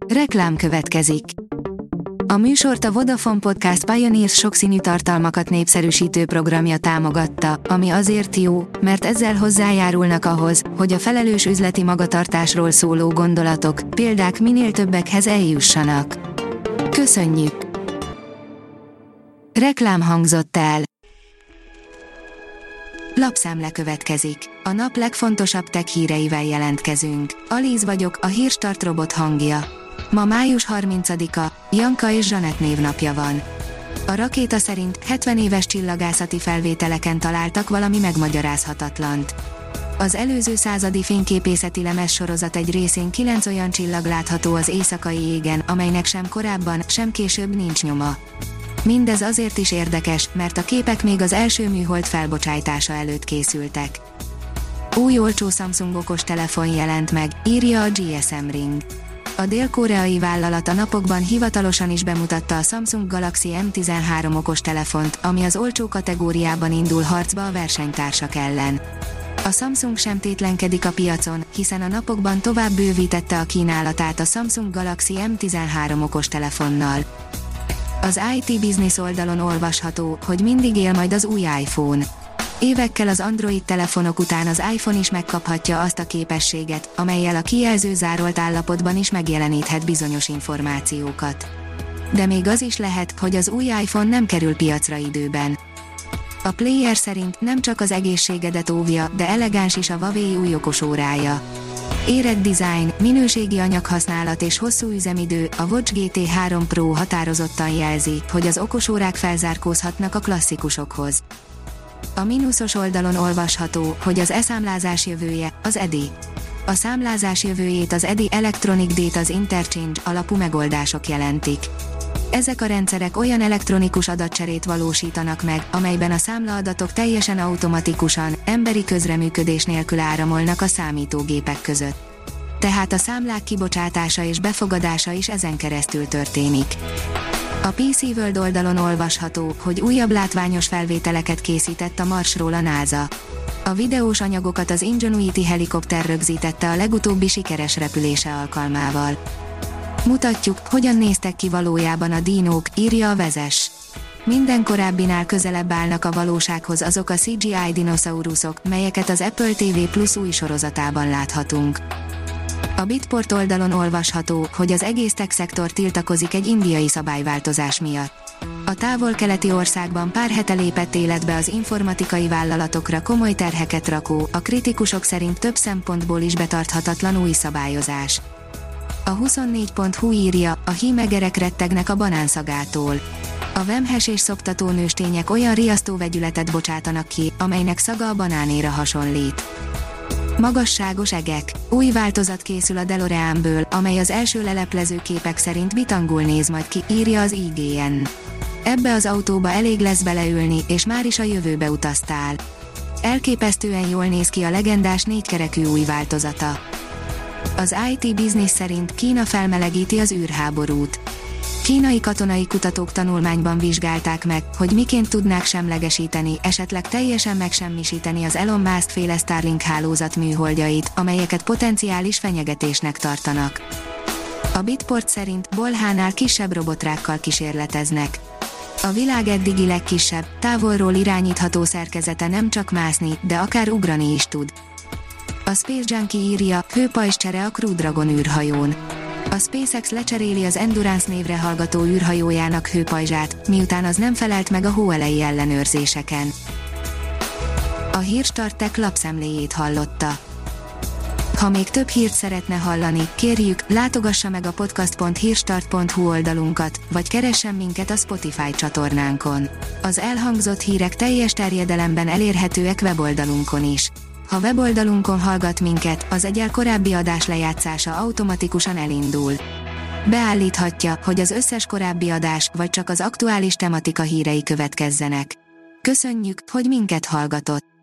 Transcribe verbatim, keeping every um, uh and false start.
Reklám következik. A műsort a Vodafone Podcast Pioneers sokszínű tartalmakat népszerűsítő programja támogatta, ami azért jó, mert ezzel hozzájárulnak ahhoz, hogy a felelős üzleti magatartásról szóló gondolatok, példák minél többekhez eljussanak. Köszönjük! Reklám hangzott el. Lapszemle következik. A nap legfontosabb tech híreivel jelentkezünk. Alíz vagyok, a Hírstart robot hangja. Ma május harmincadika, Janka és Zsanett névnapja van. A rakéta szerint hetven éves csillagászati felvételeken találtak valami megmagyarázhatatlant. Az előző századi fényképészeti lemezsorozat egy részén kilenc olyan csillag látható az éjszakai égen, amelynek sem korábban, sem később nincs nyoma. Mindez azért is érdekes, mert a képek még az első műhold felbocsájtása előtt készültek. Új olcsó Samsung okostelefon jelent meg, írja a gé es em Ring. A dél-koreai vállalat a napokban hivatalosan is bemutatta a Samsung Galaxy em tizenhárom okostelefont, ami az olcsó kategóriában indul harcba a versenytársak ellen. A Samsung sem tétlenkedik a piacon, hiszen a napokban tovább bővítette a kínálatát a Samsung Galaxy em tizenhárom okostelefonnal. Az i té Business oldalon olvasható, hogy mindig él majd az új iPhone. Évekkel az Android telefonok után az iPhone is megkaphatja azt a képességet, amellyel a kijelző zárolt állapotban is megjeleníthet bizonyos információkat. De még az is lehet, hogy az új iPhone nem kerül piacra időben. A Player szerint nem csak az egészségedet óvja, de elegáns is a Huawei új okosórája. Érett design, minőségi anyaghasználat és hosszú üzemidő, a Watch gé té három Pro határozottan jelzi, hogy az okosórák felzárkózhatnak a klasszikusokhoz. A mínuszos oldalon olvasható, hogy az e-számlázás jövője, az e dé i. A számlázás jövőjét az e dé i Electronic Data Interchange alapú megoldások jelentik. Ezek a rendszerek olyan elektronikus adatcserét valósítanak meg, amelyben a számlaadatok teljesen automatikusan, emberi közreműködés nélkül áramolnak a számítógépek között. Tehát a számlák kibocsátása és befogadása is ezen keresztül történik. A pé cé World oldalon olvasható, hogy újabb látványos felvételeket készített a Marsról a NASA. A videós anyagokat az Ingenuity helikopter rögzítette a legutóbbi sikeres repülése alkalmával. Mutatjuk, hogyan néztek ki valójában a dinók, írja a Vezes. Minden korábbinál közelebb állnak a valósághoz azok a cé gé i dinoszauruszok, melyeket az Apple té vé Plus új sorozatában láthatunk. A Bitport oldalon olvasható, hogy az egész tech szektor tiltakozik egy indiai szabályváltozás miatt. A távol-keleti országban pár hete lépett életbe az informatikai vállalatokra komoly terheket rakó, a kritikusok szerint több szempontból is betarthatatlan új szabályozás. A huszonnégy pont hu írja, a hímegerek rettegnek a banánszagától. A vemhes és szoptató nőstények olyan riasztó vegyületet bocsátanak ki, amelynek szaga a banánéra hasonlít. Magasságos egek. Új változat készül a DeLoreanből, amely az első leleplező képek szerint bitangul néz majd ki, írja az i gé en. Ebbe az autóba elég lesz beleülni, és már is a jövőbe utaztál. Elképesztően jól néz ki a legendás négykerekű új változata. Az i té Business szerint Kína felmelegíti az űrháborút. Kínai katonai kutatók tanulmányban vizsgálták meg, hogy miként tudnák semlegesíteni, esetleg teljesen megsemmisíteni az Elon Musk féle Starlink hálózat műholdjait, amelyeket potenciális fenyegetésnek tartanak. A Bitport szerint Bolhánál kisebb robotrákkal kísérleteznek. A világ eddigi legkisebb, távolról irányítható szerkezete nem csak mászni, de akár ugrani is tud. A Space Junkie írja, hőpajzscsere a Crew Dragon űrhajón. A SpaceX lecseréli az Endurance névre hallgató űrhajójának hőpajzsát, miután az nem felelt meg a hóelei ellenőrzéseken. A Hírstart Tech lapszemléjét hallotta. Ha még több hírt szeretne hallani, kérjük, látogassa meg a podcast pont hírstart pont hu oldalunkat, vagy keressen minket a Spotify csatornánkon. Az elhangzott hírek teljes terjedelemben elérhetőek weboldalunkon is. Ha weboldalunkon hallgat minket, az egyel korábbi adás lejátszása automatikusan elindul. Beállíthatja, hogy az összes korábbi adás, vagy csak az aktuális tematika hírei következzenek. Köszönjük, hogy minket hallgatott!